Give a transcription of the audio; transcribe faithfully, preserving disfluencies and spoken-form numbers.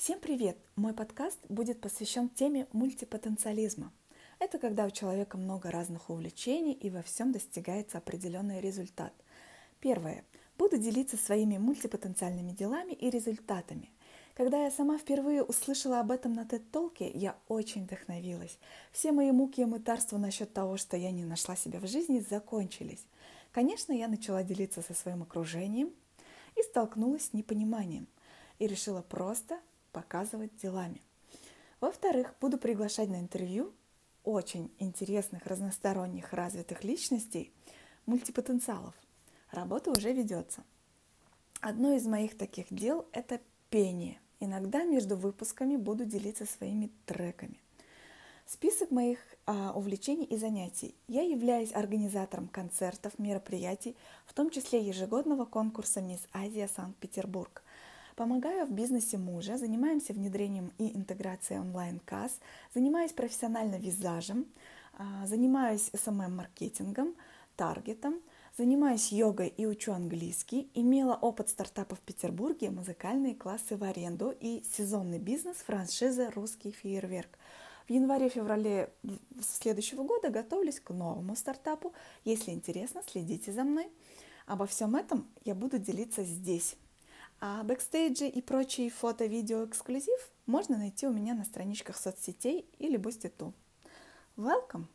Всем привет! Мой подкаст будет посвящен теме мультипотенциализма. Это когда у человека много разных увлечений и во всем достигается определенный результат. Первое. Буду делиться своими мультипотенциальными делами и результатами. Когда я сама впервые услышала об этом на тед-толке, я очень вдохновилась. Все мои муки и мытарства насчет того, что я не нашла себя в жизни, закончились. Конечно, я начала делиться со своим окружением и столкнулась с непониманием. И решила просто показывать делами. Во-вторых, буду приглашать на интервью очень интересных, разносторонних, развитых личностей, мультипотенциалов. Работа уже ведется. Одно из моих таких дел – это пение. Иногда между выпусками буду делиться своими треками. Список моих а, увлечений и занятий. Я являюсь организатором концертов, мероприятий, в том числе ежегодного конкурса «Мисс Азия Санкт-Петербург». Помогаю в бизнесе мужа, занимаемся внедрением и интеграцией онлайн-касс, занимаюсь профессионально визажем, занимаюсь эс эм эм-маркетингом, таргетом, занимаюсь йогой и учу английский, имела опыт стартапов в Петербурге, музыкальные классы в аренду и сезонный бизнес, франшиза «Русский фейерверк». В январе-феврале следующего года готовлюсь к новому стартапу. Если интересно, следите за мной. Обо всем этом я буду делиться здесь. А бэкстейджи и прочие фото-видео эксклюзив можно найти у меня на страничках соцсетей или Boosty ту. Welcome!